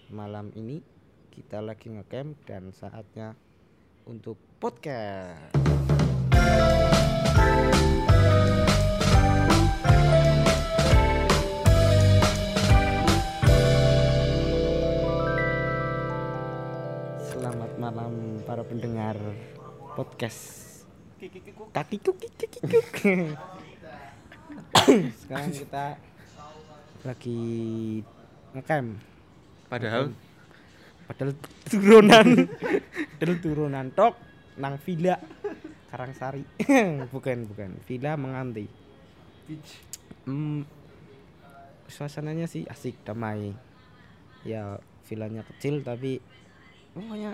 Malam ini kita lagi ngecamp dan saatnya untuk podcast. Selamat malam para pendengar podcast. Kakiku. Sekarang kita lagi ngecamp. Padahal turunan tok nang villa Karangsari. bukan villa Menganti. Suasananya sih asik, damai ya, villanya kecil tapi pokoknya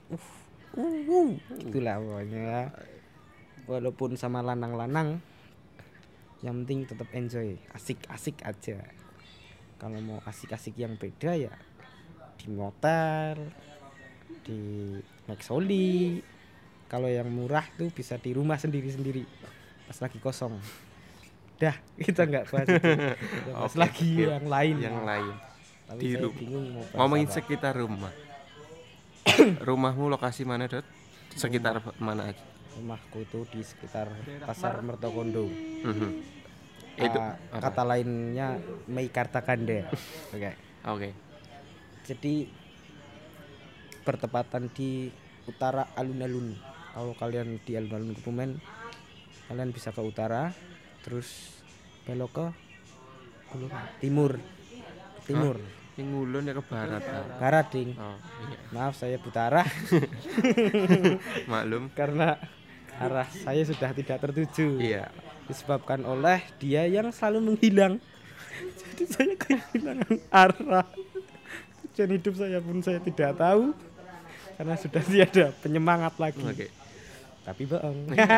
itulah pokoknya, walaupun sama lanang-lanang yang penting tetap enjoy, asik aja. Kalau mau asik-asik yang beda ya di motor, di Maxoli. Kalau yang murah tuh bisa di rumah sendiri pas lagi kosong. Dah, kita nggak bahas itu. Ya, pas lagi yang lain. Tapi di saya bingung mau bahas ngomongin apa. sekitar rumah. Rumahmu lokasi mana, Dot? Sekitar mana aja? Rumahku itu di sekitar Pasar Mertokondo. Itu Kata lainnya Meikarta Kanda. Oke. Jadi bertepatan di utara alun-alun. Kalau kalian di alun-alun Kebumen, kalian bisa ke utara, terus belok ke timur. Yang ngulon ya ke barat. Barat, ding. Oh, iya. Maaf saya buta arah Maklum. karena arah saya sudah tidak tertuju. Iya. Disebabkan oleh dia yang selalu menghilang. Jadi saya kehilangan arah. Tujuan hidup saya pun saya tidak tahu karena sudah tiada penyemangat lagi. Oke. Tapi bohong.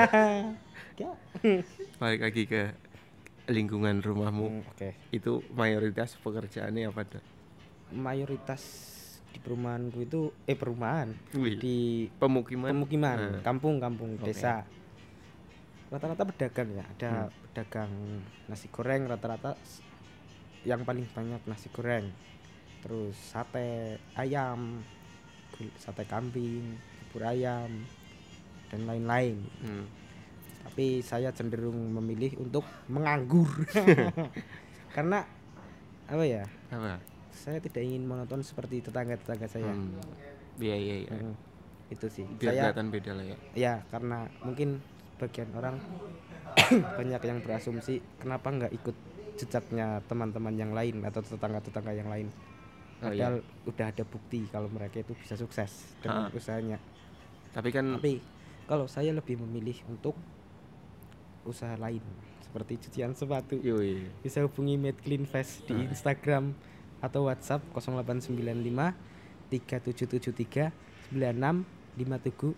Balik lagi ke lingkungan rumahmu. Oke. Itu mayoritas pekerjaannya apa, Dot? Mayoritas di perumahanku itu perumahan Wih. di Pemukiman. kampung Oke. desa. Rata-rata pedagang ya, ada pedagang nasi goreng, rata-rata yang paling banyak nasi goreng. Terus sate ayam, sate kambing, bubur ayam dan lain-lain. Tapi saya cenderung memilih untuk menganggur. Karena apa ya? Apa? Saya tidak ingin monoton seperti tetangga-tetangga saya. Iya. Itu sih. Biar Saya kelihatan beda lah ya. ya, karena mungkin bagian orang banyak yang berasumsi kenapa nggak ikut jejaknya teman-teman yang lain atau tetangga-tetangga yang lain. Padahal udah ada bukti kalau mereka itu bisa sukses dengan usahanya. Tapi kalau saya lebih memilih untuk usaha lain seperti cucian sepatu. yoi. Bisa hubungi Made Clean Face di Instagram atau WhatsApp 0895 3773 9657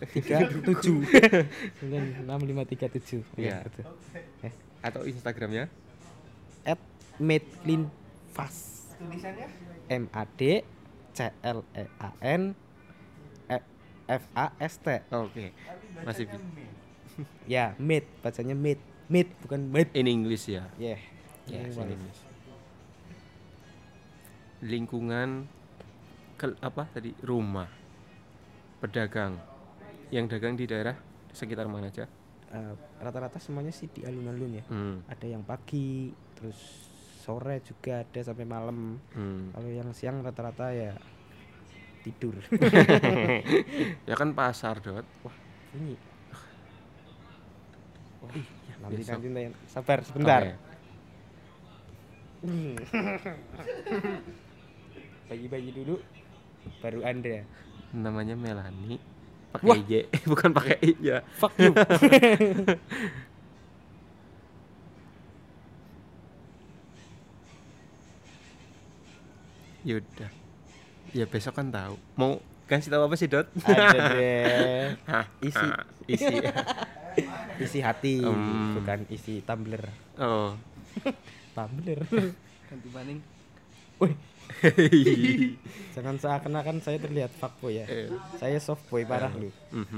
96537. Iya. Betul. Atau Instagramnya? @madecleanfast. Tulisannya MADCLEAN Oke. Masih ya, made bacanya made bukan made. in English ya. Yeah. Yes, in English. Lingkungan apa tadi? Rumah. Pedagang. Yang dagang di daerah sekitar mana aja? Rata-rata semuanya sih di alun-alun ya. Ada yang pagi, terus sore juga ada sampai malam. Kalau yang siang rata-rata ya tidur. Ya kan pasar, Dot. Wah, bunyi. Nanti sabar sebentar. Okay. Bagi-bagi dulu baru Anda. Namanya Melani. Pakai Y, bukan pakai I ya. Fuck you. Yaudah. Ya besok kan tahu. Mau kasih tahu apa sih, Dot? Ada deh. Isi hati, bukan isi tumbler. Oh. Tumbler. Ganti maning. Wih. Jangan seakan-akan saya terlihat fuckboy ya. Saya softboy parah lu.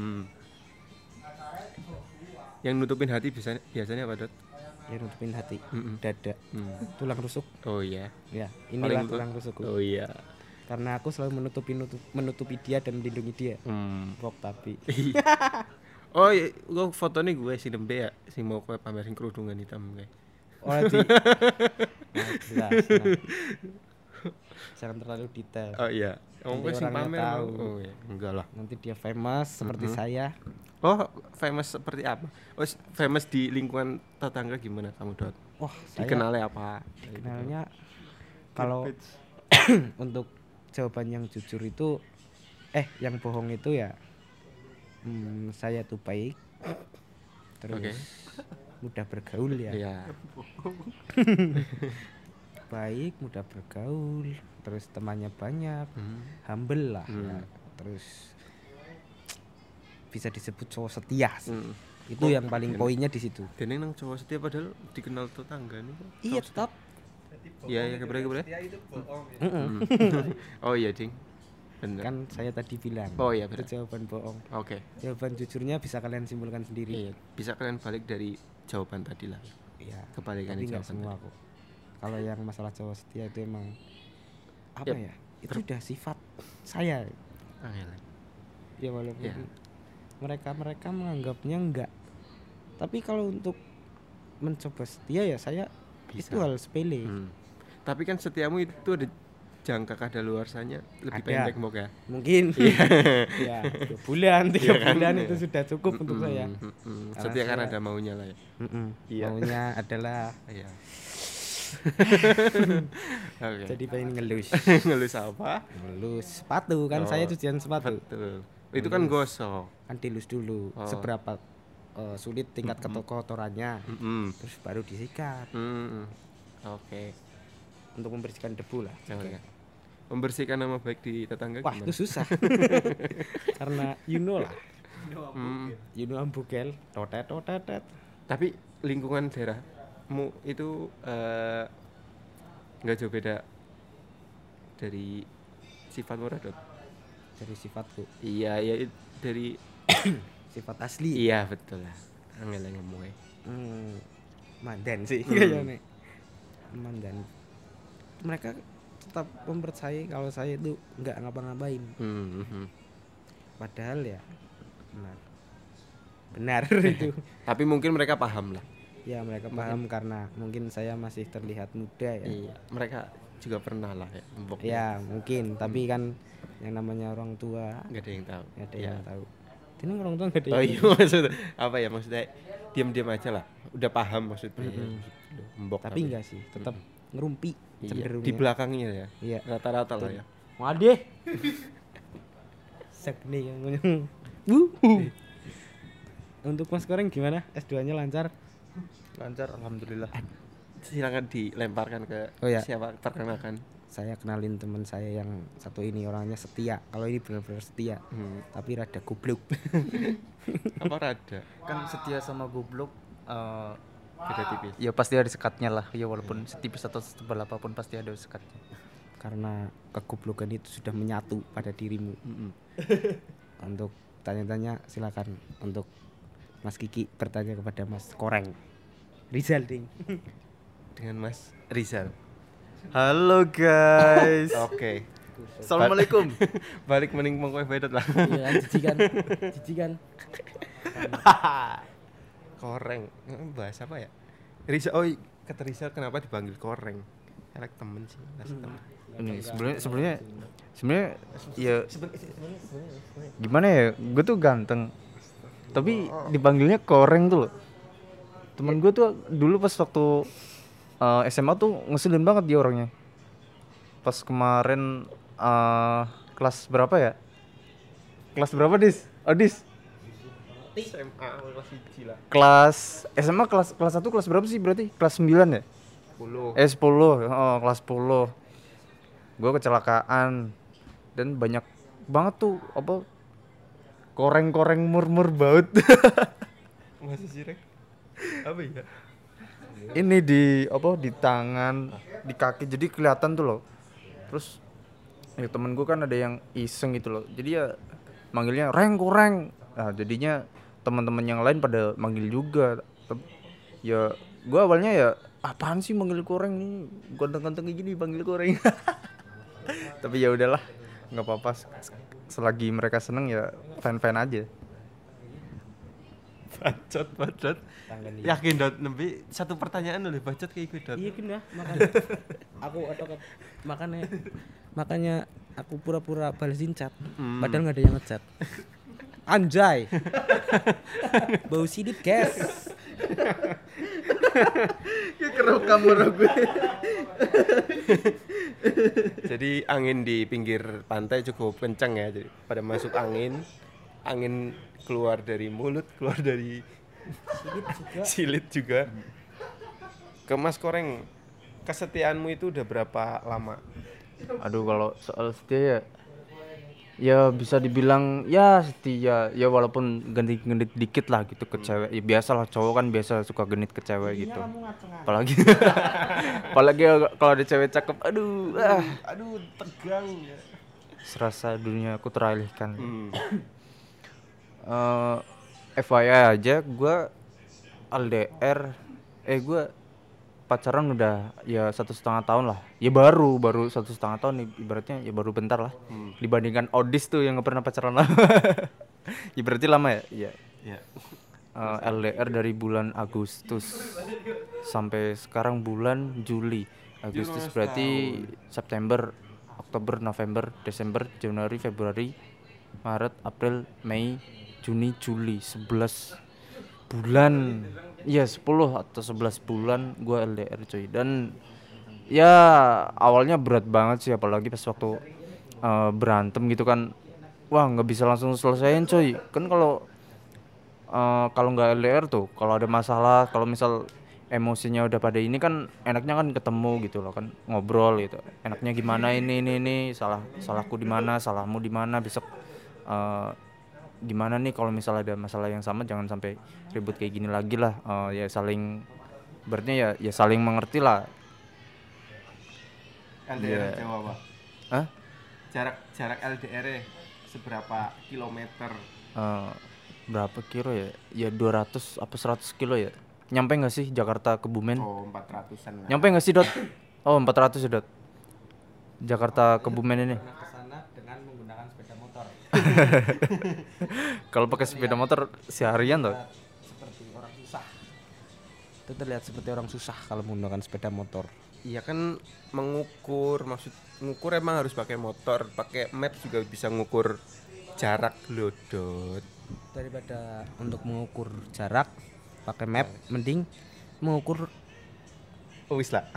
Yang nutupin hati biasanya apa, Dot? Ya, nutupin hati. Dada. Tulang rusuk. Oh iya. Ya, inilah tulang rusuk. Oh iya. Karena aku selalu menutupi dia dan melindungi dia. Pok tapi. Oh iya, gua fotonya gue si Dembe ya, si mau kowe pamerin kerudungan hitam kayak. Oh di. Nah, jelas. Nah. Jangan terlalu detail. Oh iya. Nanti Sing orangnya pamer. tahu. Oh iya, enggak lah. Nanti dia famous seperti saya. Oh, famous seperti apa? Oh, famous di lingkungan tetangga gimana kamu, Dot? Wah, saya Dikenalnya apa? kenalnya kalau untuk jawaban yang jujur itu yang bohong itu ya saya tuh baik terus Oke. mudah bergaul ya. Iya. Baik, mudah bergaul, terus temannya banyak, humble lah ya. Terus bisa disebut cowok setia sih. Itu yang paling poinnya di situ. Dene nang cowok setia padahal dikenal tetangga nih. Iya, tetap. Iya, kebre. Oh iya, Ding. Bener. Kan saya tadi bilang. Oh iya, itu bener. jawaban bohong. Oke. Jawaban jujurnya bisa kalian simpulkan sendiri. Iya, bisa kalian balik dari jawaban tadi lah. Iya. Kebalikannya Tapi nggak jawaban semua tadi. kok. Kalau yang masalah cowok setia itu emang apa ya? Itu udah sifat saya. Angel. Ya walaupun Iya. mereka menganggapnya enggak. Tapi kalau untuk mencoba setia ya saya Bisa. itu hal sepele. Tapi kan setiamu itu ada jangka kadaluarsanya lebih Ada. pendek Mok ya. Mungkin ya 3 bulan, 3 Iya kan? bulan itu sudah cukup untuk saya. Setia kan saya- ada maunya lah ya. Iya. Maunya adalah Iya. Oke. jadi pengen ngelus. Ngelus apa? Ngelus sepatu kan, saya cucian sepatu. Betul. Itu kan gosok. Kan dilus dulu Oh. seberapa sulit tingkat kotorannya. Terus baru disikat Oke. untuk membersihkan debu lah. Oke. Membersihkan nama baik di tetangga Wah, gimana? itu susah. Karena you know lah. You know ambukel, totet. Tapi lingkungan daerahmu itu nggak jauh beda dari sifatmu Radot. Dari sifatku, Iya, dari sifat asli. iya betul lah. Angel yang ngomongnya. Mandan sih kayaknya. Mandan. Mereka tetap mempercayai kalau saya itu nggak ngapa-ngapain. Padahal ya benar itu. Tapi mungkin mereka paham lah. Ya mereka paham karena mungkin saya masih terlihat muda ya. Iya, mereka juga pernah lah ya. Ya mungkin, tapi kan yang namanya orang tua Nggak ada yang tahu. nggak ada yang tahu. Ini orang tua nggak ada. Oh yang iya maksudnya apa ya, maksudnya diam-diam aja lah. Udah paham maksudnya. Mbok tapi enggak sih, tetap ngerumpi iya, cenderungnya. di belakangnya ya. Iya. Rata-rata lah ya. Waduh. Segni yang Untuk Mas Koreng gimana? S2-nya lancar? Lancar, alhamdulillah. Silakan dilemparkan ke Oh ya. siapa, perkenalkan. Saya kenalin teman saya yang satu ini, orangnya setia. Kalau ini benar-benar setia, tapi rada goblok. Apa rada? Kan setia sama goblok Beda tipis. ya pasti ada sekatnya lah. Ya walaupun setipis atau setebal apapun pasti ada sekatnya. Karena kegoblokan itu sudah menyatu pada dirimu. Untuk tanya-tanya silakan. Untuk Mas Kiki bertanya kepada Mas Koreng. Rizal ding. Dengan Mas Rizal. Halo guys. Oke. Assalamualaikum. Balik mending mongko vedot lah. Iya kan jijikan. Koreng. Bahas apa ya? Rizal. Oh, kata Rizal kenapa dipanggil Koreng? Elek temen sih, kasih temen. Ini sebenarnya ya gimana ya? Gue tuh ganteng. Tapi dipanggilnya Koreng tuh loh. Temen gue tuh dulu pas waktu SMA tuh ngeselin banget dia orangnya. Pas kemarin kelas berapa ya? Kelas berapa Dis? Oh Dis. SMA kelas 1 lah. Kelas SMA kelas 1 kelas berapa sih berarti? Kelas 9 ya? 10. 10. Oh, kelas 10. Gue kecelakaan dan banyak banget tuh apa koreng-koreng murmur baut. Masih sih, Rek? Apa ya? Ini di apa di tangan, di kaki, jadi kelihatan tuh loh. Terus ya temen gue kan ada yang iseng gitu loh. Jadi ya manggilnya koreng. Nah, jadinya teman-teman yang lain pada manggil juga. Ya gue awalnya ya apaan sih manggil koreng nih, ganteng-ganteng kayak gini panggil koreng. Tapi ya udahlah, nggak apa-apa. Selagi mereka seneng ya fan-fan aja. Bacot. Yakin Dot, nembe satu pertanyaan oleh bacot kayak gue Dot. Iya kan ya, makanya aku makanya aku pura-pura balesin chat. Padahal nggak ada yang ngechat. Anjay. Bau sidik, guys. Ya kerekam gue. Jadi angin di pinggir pantai cukup kencang ya. Jadi pada masuk angin keluar dari mulut, keluar dari silit juga. Ke Mas Koreng, kesetiaanmu itu udah berapa lama? Aduh, kalau soal setia ya bisa dibilang ya setia ya, walaupun genit dikit lah gitu ke cewek. Ya biasalah, cowok kan biasa suka genit ke cewek gitu. Apalagi kalau ada cewek cakep, aduh Tegang ya. serasa dunia aku teralihkan. FYI aja, gue LDR, gue pacaran udah ya 1,5 tahun lah. Ya baru 1,5 tahun, ibaratnya ya baru bentar lah. Dibandingkan Odis tuh yang nggak pernah pacaran lama. Ya berarti lama ya. Iya. LDR dari bulan Agustus sampai sekarang bulan Juli. Agustus berarti September, Oktober, November, Desember, Januari, Februari, Maret, April, Mei, Juni, Juli, 11 bulan. Iya 10 atau 11 bulan gue LDR cuy. Dan ya awalnya berat banget sih, apalagi pas waktu berantem gitu kan. Wah nggak bisa langsung selesaiin cuy. Kan kalau nggak LDR tuh, kalau ada masalah, kalau misal emosinya udah pada ini kan enaknya kan ketemu gitu loh kan, ngobrol gitu. Enaknya gimana ini salahku di mana, salahmu di mana, besok gimana nih kalau misalnya ada masalah yang sama, jangan sampai ribut kayak gini lagi lah. Ya saling berarti ya saling mengerti lah. LDR jauh apa? Hah? Jarak LDR seberapa kilometer? Berapa kilo ya? Ya 200 apa 100 kilo ya? Nyampe nggak sih Jakarta ke Bumen? Oh 400-an lah. Nyampe nggak sih Dot? Oh 400 ya Dot. Jakarta ke Bumen ini. Ke sana dengan menggunakan sepeda motor. Kalau pakai sepeda motor seharian tuh. Seperti orang susah. Itu terlihat seperti orang susah kalau menggunakan sepeda motor. Iya kan, ngukur emang harus pakai motor, pakai map juga bisa ngukur jarak loh Dot. Daripada untuk mengukur jarak pakai map, mending mengukur Wis lah.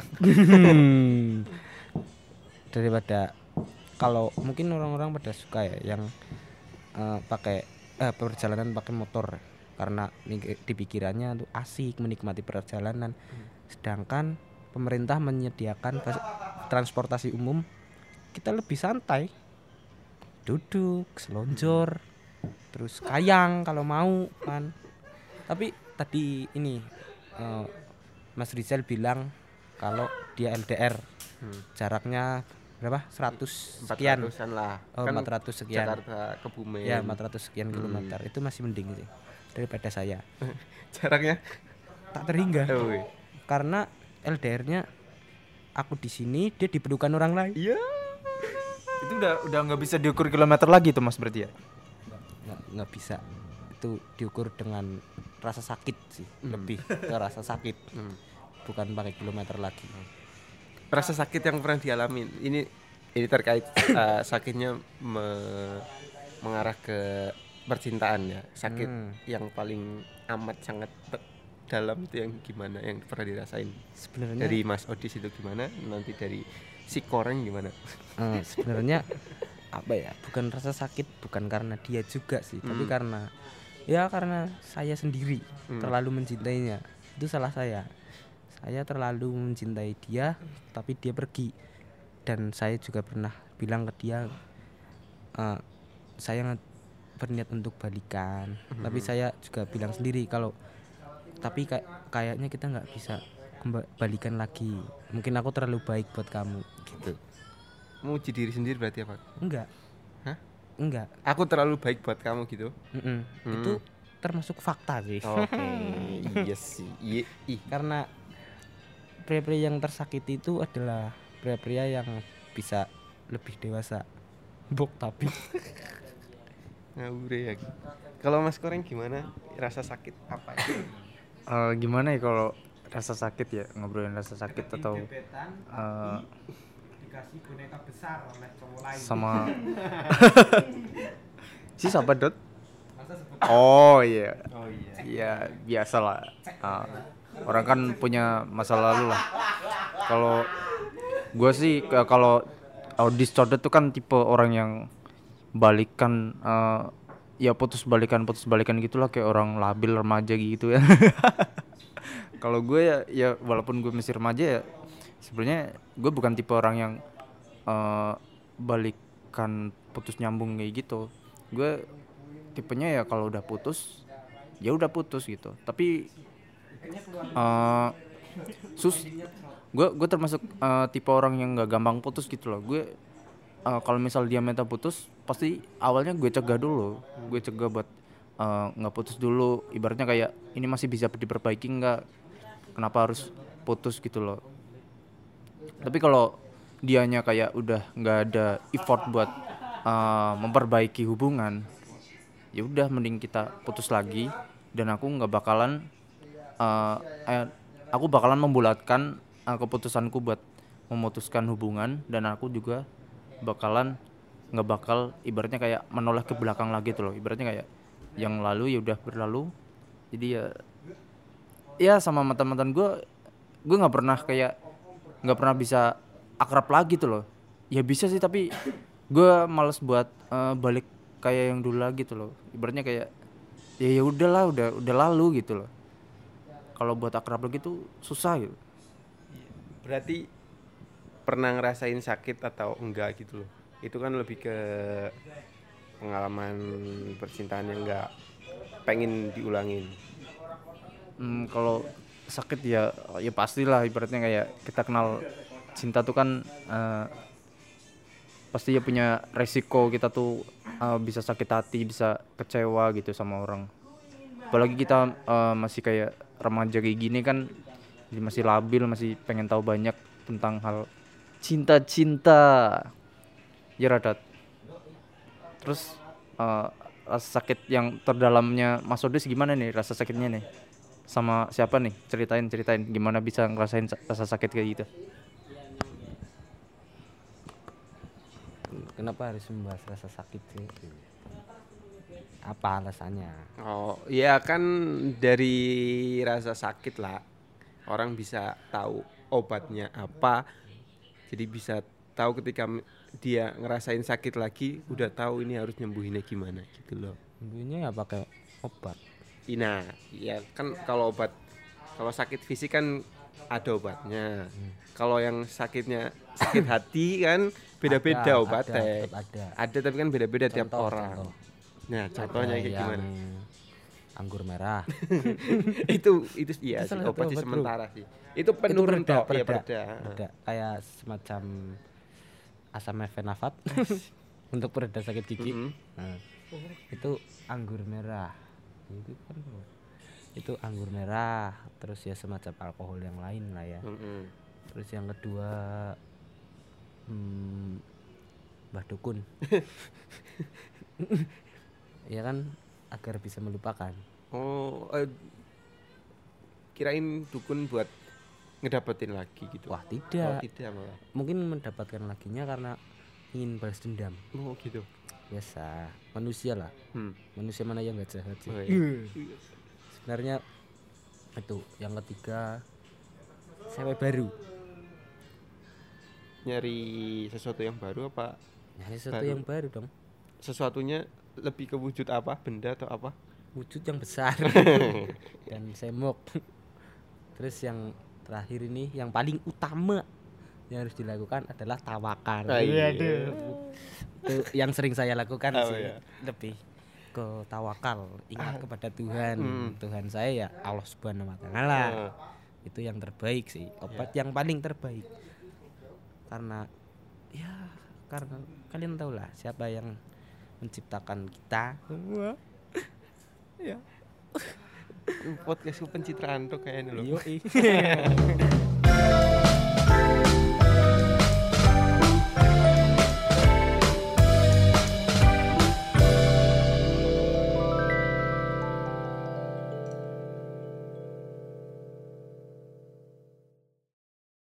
Daripada kalau mungkin orang-orang pada suka ya yang pakai perjalanan pakai motor karena di pikirannya tuh asik menikmati perjalanan. Sedangkan pemerintah menyediakan transportasi umum, kita lebih santai, duduk, selonjor, terus kayang kalau mau kan. Tapi tadi ini Mas Rizal bilang kalau dia LDR jaraknya berapa? 100 sekian. 400-an lah. Oh, Kan 400 sekian. Jakarta ke Bumen. Ya, 400 sekian kilometer. Itu masih mending sih daripada saya. Jaraknya Tak terhingga. oh, Karena LDR-nya aku di sini, dia di pelukan orang lain. iya. Itu udah nggak bisa diukur kilometer lagi tuh Mas berarti ya? Nggak bisa. Itu diukur dengan rasa sakit sih, lebih ke rasa sakit. Bukan pakai kilometer lagi. Rasa sakit yang pernah dialamin. Ini terkait sakitnya mengarah ke percintaan ya. Sakit yang paling amat sangat dalam itu yang gimana, yang pernah dirasain? Sebenarnya Dari Mas Odis itu gimana? Nanti dari si Koreng gimana? sebenarnya apa ya? Bukan rasa sakit, bukan karena dia juga sih, tapi karena saya sendiri terlalu mencintainya. Itu salah saya. Saya terlalu mencintai dia, tapi dia pergi. Dan saya juga pernah bilang ke dia, saya berniat untuk balikan. Tapi saya juga bilang sendiri kalau tapi kayaknya kita nggak bisa balikan lagi. Mungkin aku terlalu baik buat kamu gitu. Muji diri sendiri berarti apa? Enggak. Hah? Enggak. Aku terlalu baik buat kamu gitu. Itu termasuk fakta sih. Oke. Iya sih. Iya. Karena pria-pria yang tersakiti itu adalah pria-pria yang bisa lebih dewasa. Bok tapi Ngawur ya. Kalau Mas Koreng gimana? Rasa sakit apa? Gimana ya kalau rasa sakit ya, ngobrolin rasa sakit atau dikasih boneka besar oleh cowok lain. sama si siapa Dot? Masa sebut Oh iya, Oh iya. ya biasa lah. Orang kan punya masa lalu lah. Kalau gue sih kalau Audis Codet tuh kan tipe orang yang balikan, ya putus balikan gitulah, kayak orang labil remaja gitu ya. Kalau gue ya walaupun gue masih remaja ya, sebenarnya gue bukan tipe orang yang balikan putus nyambung kayak gitu. Gue tipenya ya kalau udah putus ya udah putus gitu. Tapi gue termasuk tipe orang yang nggak gampang putus gitu loh. Gue kalau misal dia minta putus pasti awalnya gue cegah buat nggak putus dulu. Ibaratnya kayak ini masih bisa diperbaiki nggak, kenapa harus putus gitu loh. Tapi kalau dianya kayak udah nggak ada effort buat memperbaiki hubungan, ya udah mending kita putus lagi. Dan aku bakalan membulatkan keputusanku buat memutuskan hubungan, dan aku juga nggak bakal ibaratnya kayak menoleh ke belakang lagi tuh loh. Ibaratnya kayak yang lalu ya udah berlalu. Jadi ya sama mantan gue nggak pernah bisa akrab lagi tuh loh. Ya bisa sih, tapi gue males buat balik kayak yang dulu lagi tuh loh. Ibaratnya kayak ya udahlah, udah lalu gitu loh. Kalau buat akrab lagi tuh susah gitu. Berarti pernah ngerasain sakit atau enggak gitu loh. Itu kan lebih ke pengalaman percintaan yang enggak pengen diulangin. Kalau sakit ya pastilah, ibaratnya kayak kita kenal cinta tuh kan pasti ya punya resiko kita tuh bisa sakit hati, bisa kecewa gitu sama orang. Apalagi kita masih kayak remaja kayak gini kan, masih labil, masih pengen tahu banyak tentang hal cinta ya Radat. Terus rasa sakit yang terdalamnya Mas Odis gimana nih rasa sakitnya nih? Sama siapa nih? Ceritain gimana bisa ngerasain rasa sakit kayak gitu. kenapa harus membahas rasa sakit sih? Apa alasannya? Oh, ya kan dari rasa sakit lah orang bisa tahu obatnya apa. Jadi bisa tahu ketika dia ngerasain sakit lagi udah tahu ini harus nyembuhinnya gimana gitu loh. Dulunya ya pakai obat. Nah, ya kan kalau sakit fisik kan ada obatnya. Kalau yang sakit hati kan beda-beda obatnya. Ada tapi kan beda-beda tiap orang. Nah, contohnya kayak gimana? Anggur merah. itu iya sih, obat sih sementara sih. Itu penurun tok, ya pereda. Kayak semacam asam mefenafat untuk pereda sakit gigi. Nah, itu anggur merah. Itu anggur merah, terus ya semacam alkohol yang lain lah ya. Terus yang kedua Mbah Dukun. Ya kan, agar bisa melupakan. Oh, kirain dukun buat ngedapetin lagi gitu. Wah, tidak. Oh, tidak malah. Mungkin mendapatkan laginya karena ingin balas dendam. Oh, gitu. Biasa, manusia lah. Manusia mana yang gak jahat sih? Oh, iya. Sebenarnya itu. Yang ketiga, cewek baru. Nyari sesuatu yang baru apa? Nyari sesuatu yang baru dong. Sesuatunya lebih ke wujud apa? Benda atau apa? Wujud yang besar dan semok. Terus yang terakhir ini, yang paling utama yang harus dilakukan adalah tawakal. Iya. Itu yang sering saya lakukan sih. Iya. Lebih ke tawakal, ingat kepada Tuhan. Tuhan saya ya Allah Subhanahu wa taala. Itu yang terbaik sih, obat yang paling terbaik. Karena kalian tahu lah siapa yang menciptakan kita. Ya. Podcastku pencitraan tuh kayaknya loh. Iya.